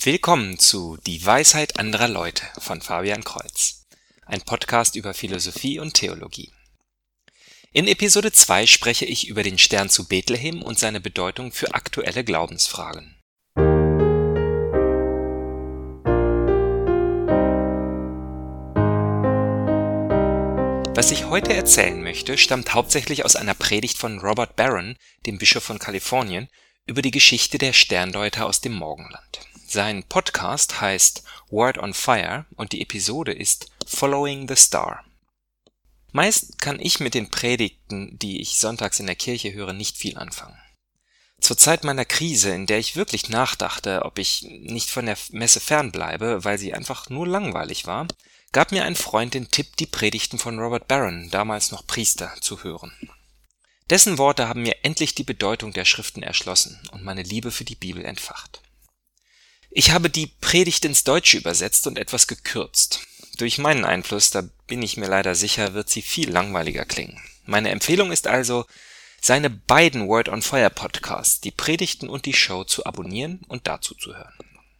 Willkommen zu Die Weisheit anderer Leute von Fabian Kreuz, ein Podcast über Philosophie und Theologie. In Episode 2 spreche ich über den Stern zu Bethlehem und seine Bedeutung für aktuelle Glaubensfragen. Was ich heute erzählen möchte, stammt hauptsächlich aus einer Predigt von Robert Barron, dem Bischof von Kalifornien, über die Geschichte der Sterndeuter aus dem Morgenland. Sein Podcast heißt Word on Fire und die Episode ist Following the Star. Meist kann ich mit den Predigten, die ich sonntags in der Kirche höre, nicht viel anfangen. Zur Zeit meiner Krise, in der ich wirklich nachdachte, ob ich nicht von der Messe fernbleibe, weil sie einfach nur langweilig war, gab mir ein Freund den Tipp, die Predigten von Robert Barron, damals noch Priester, zu hören. Dessen Worte haben mir endlich die Bedeutung der Schriften erschlossen und meine Liebe für die Bibel entfacht. Ich habe die Predigt ins Deutsche übersetzt und etwas gekürzt. Durch meinen Einfluss, da bin ich mir leider sicher, wird sie viel langweiliger klingen. Meine Empfehlung ist also, seine beiden Word on Fire Podcasts, die Predigten und die Show, zu abonnieren und dazu zu hören.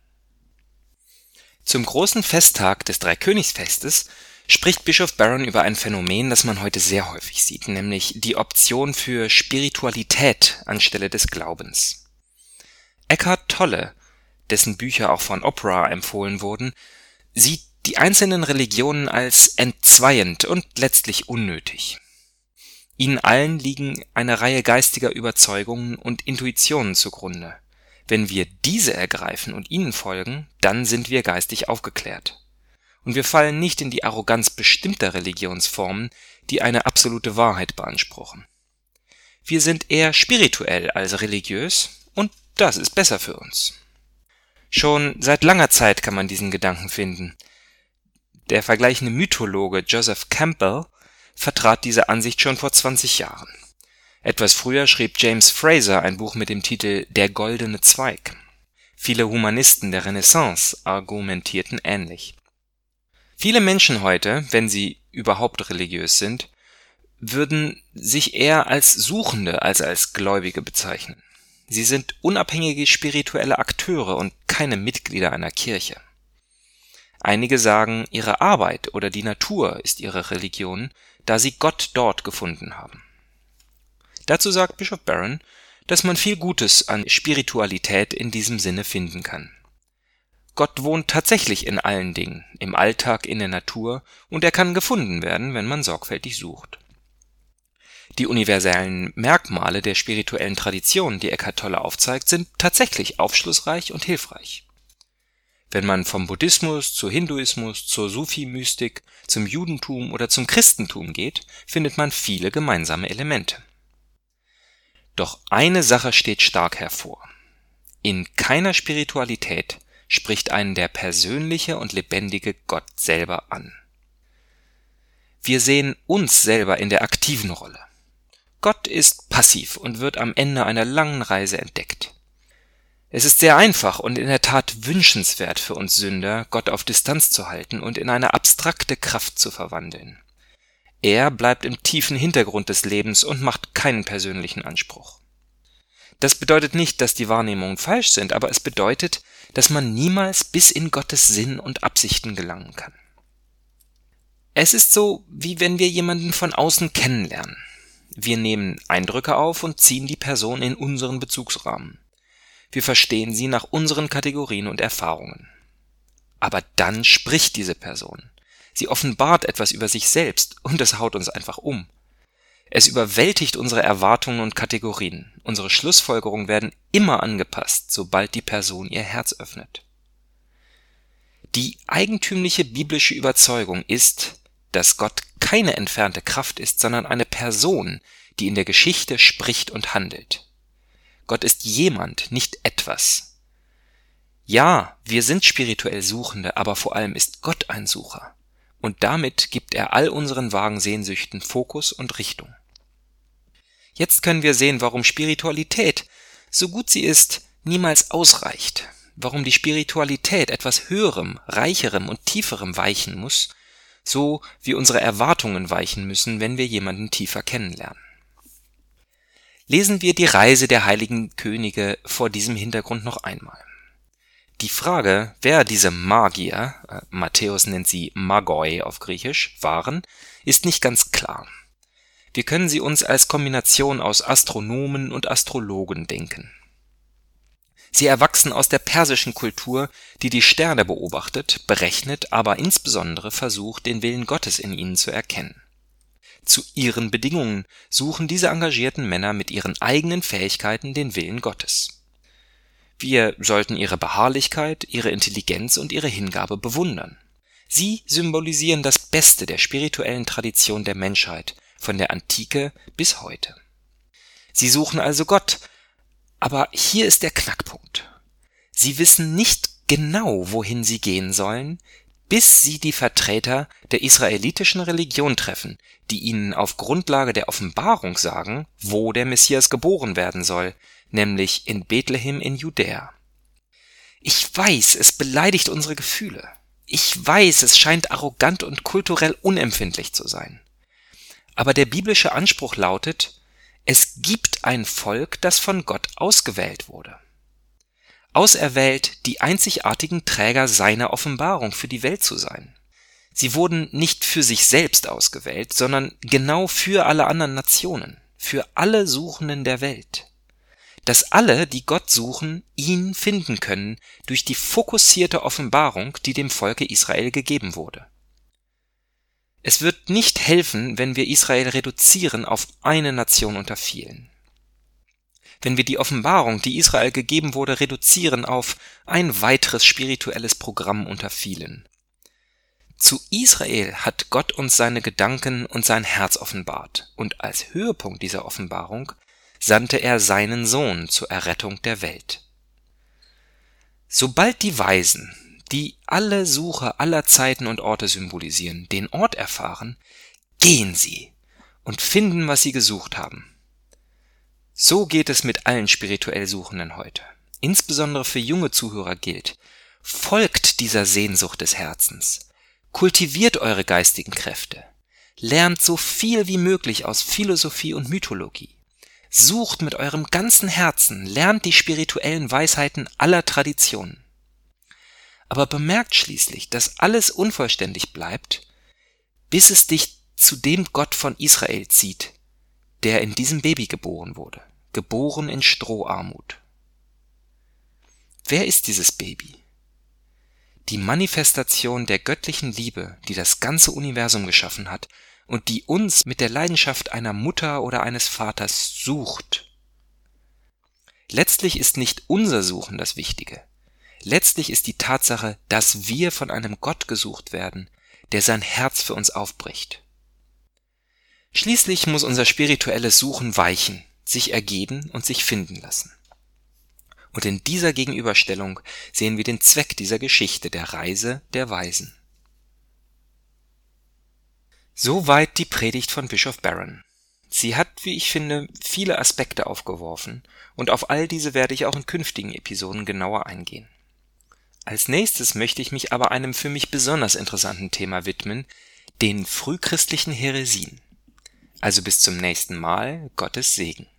Zum großen Festtag des Dreikönigsfestes spricht Bischof Barron über ein Phänomen, das man heute sehr häufig sieht, nämlich die Option für Spiritualität anstelle des Glaubens. Eckhart Tolle, dessen Bücher auch von Oprah empfohlen wurden, sieht die einzelnen Religionen als entzweiend und letztlich unnötig. Ihnen allen liegen eine Reihe geistiger Überzeugungen und Intuitionen zugrunde. Wenn wir diese ergreifen und ihnen folgen, dann sind wir geistig aufgeklärt. Und wir fallen nicht in die Arroganz bestimmter Religionsformen, die eine absolute Wahrheit beanspruchen. Wir sind eher spirituell als religiös, und das ist besser für uns. Schon seit langer Zeit kann man diesen Gedanken finden. Der vergleichende Mythologe Joseph Campbell vertrat diese Ansicht schon vor 20 Jahren. Etwas früher schrieb James Frazer ein Buch mit dem Titel Der goldene Zweig. Viele Humanisten der Renaissance argumentierten ähnlich. Viele Menschen heute, wenn sie überhaupt religiös sind, würden sich eher als Suchende als als Gläubige bezeichnen. Sie sind unabhängige spirituelle Akteure und keine Mitglieder einer Kirche. Einige sagen, ihre Arbeit oder die Natur ist ihre Religion, da sie Gott dort gefunden haben. Dazu sagt Bischof Barron, dass man viel Gutes an Spiritualität in diesem Sinne finden kann. Gott wohnt tatsächlich in allen Dingen, im Alltag, in der Natur, und er kann gefunden werden, wenn man sorgfältig sucht. Die universellen Merkmale der spirituellen Tradition, die Eckhart Tolle aufzeigt, sind tatsächlich aufschlussreich und hilfreich. Wenn man vom Buddhismus zu Hinduismus, zur Sufi-Mystik, zum Judentum oder zum Christentum geht, findet man viele gemeinsame Elemente. Doch eine Sache steht stark hervor. In keiner Spiritualität spricht einen der persönliche und lebendige Gott selber an. Wir sehen uns selber in der aktiven Rolle. Gott ist passiv und wird am Ende einer langen Reise entdeckt. Es ist sehr einfach und in der Tat wünschenswert für uns Sünder, Gott auf Distanz zu halten und in eine abstrakte Kraft zu verwandeln. Er bleibt im tiefen Hintergrund des Lebens und macht keinen persönlichen Anspruch. Das bedeutet nicht, dass die Wahrnehmungen falsch sind, aber es bedeutet, dass man niemals bis in Gottes Sinn und Absichten gelangen kann. Es ist so, wie wenn wir jemanden von außen kennenlernen. Wir nehmen Eindrücke auf und ziehen die Person in unseren Bezugsrahmen. Wir verstehen sie nach unseren Kategorien und Erfahrungen. Aber dann spricht diese Person. Sie offenbart etwas über sich selbst und es haut uns einfach um. Es überwältigt unsere Erwartungen und Kategorien. Unsere Schlussfolgerungen werden immer angepasst, sobald die Person ihr Herz öffnet. Die eigentümliche biblische Überzeugung ist, dass Gott keine entfernte Kraft ist, sondern eine Person, die in der Geschichte spricht und handelt. Gott ist jemand, nicht etwas. Ja, wir sind spirituell Suchende, aber vor allem ist Gott ein Sucher. Und damit gibt er all unseren vagen Sehnsüchten Fokus und Richtung. Jetzt können wir sehen, warum Spiritualität, so gut sie ist, niemals ausreicht. Warum die Spiritualität etwas Höherem, Reicherem und Tieferem weichen muss, so wie unsere Erwartungen weichen müssen, wenn wir jemanden tiefer kennenlernen. Lesen wir die Reise der heiligen Könige vor diesem Hintergrund noch einmal. Die Frage, wer diese Magier, Matthäus nennt sie Magoi auf Griechisch, waren, ist nicht ganz klar. Wir können sie uns als Kombination aus Astronomen und Astrologen denken. Sie erwachsen aus der persischen Kultur, die die Sterne beobachtet, berechnet, aber insbesondere versucht, den Willen Gottes in ihnen zu erkennen. Zu ihren Bedingungen suchen diese engagierten Männer mit ihren eigenen Fähigkeiten den Willen Gottes. Wir sollten ihre Beharrlichkeit, ihre Intelligenz und ihre Hingabe bewundern. Sie symbolisieren das Beste der spirituellen Tradition der Menschheit, von der Antike bis heute. Sie suchen also Gott, aber hier ist der Knackpunkt. Sie wissen nicht genau, wohin sie gehen sollen, bis sie die Vertreter der israelitischen Religion treffen, die ihnen auf Grundlage der Offenbarung sagen, wo der Messias geboren werden soll, nämlich in Bethlehem in Judäa. Ich weiß, es beleidigt unsere Gefühle. Ich weiß, es scheint arrogant und kulturell unempfindlich zu sein. Aber der biblische Anspruch lautet, es gibt ein Volk, das von Gott ausgewählt wurde. Auserwählt, die einzigartigen Träger seiner Offenbarung für die Welt zu sein. Sie wurden nicht für sich selbst ausgewählt, sondern genau für alle anderen Nationen, für alle Suchenden der Welt. Dass alle, die Gott suchen, ihn finden können durch die fokussierte Offenbarung, die dem Volke Israel gegeben wurde. Es wird nicht helfen, wenn wir Israel reduzieren auf eine Nation unter vielen. Wenn wir die Offenbarung, die Israel gegeben wurde, reduzieren auf ein weiteres spirituelles Programm unter vielen. Zu Israel hat Gott uns seine Gedanken und sein Herz offenbart, und als Höhepunkt dieser Offenbarung sandte er seinen Sohn zur Errettung der Welt. Sobald die Weisen, die alle Suche aller Zeiten und Orte symbolisieren, den Ort erfahren, gehen sie und finden, was sie gesucht haben. So geht es mit allen spirituell Suchenden heute. Insbesondere für junge Zuhörer gilt: Folgt dieser Sehnsucht des Herzens, kultiviert eure geistigen Kräfte, lernt so viel wie möglich aus Philosophie und Mythologie, sucht mit eurem ganzen Herzen, lernt die spirituellen Weisheiten aller Traditionen. Aber bemerkt schließlich, dass alles unvollständig bleibt, bis es dich zu dem Gott von Israel zieht, der in diesem Baby geboren wurde, geboren in Stroharmut. Wer ist dieses Baby? Die Manifestation der göttlichen Liebe, die das ganze Universum geschaffen hat und die uns mit der Leidenschaft einer Mutter oder eines Vaters sucht. Letztlich ist nicht unser Suchen das Wichtige. Letztlich ist die Tatsache, dass wir von einem Gott gesucht werden, der sein Herz für uns aufbricht. Schließlich muss unser spirituelles Suchen weichen, sich ergeben und sich finden lassen. Und in dieser Gegenüberstellung sehen wir den Zweck dieser Geschichte, der Reise der Weisen. Soweit die Predigt von Bischof Barron. Sie hat, wie ich finde, viele Aspekte aufgeworfen, und auf all diese werde ich auch in künftigen Episoden genauer eingehen. Als nächstes möchte ich mich aber einem für mich besonders interessanten Thema widmen, den frühchristlichen Häresien. Also bis zum nächsten Mal, Gottes Segen.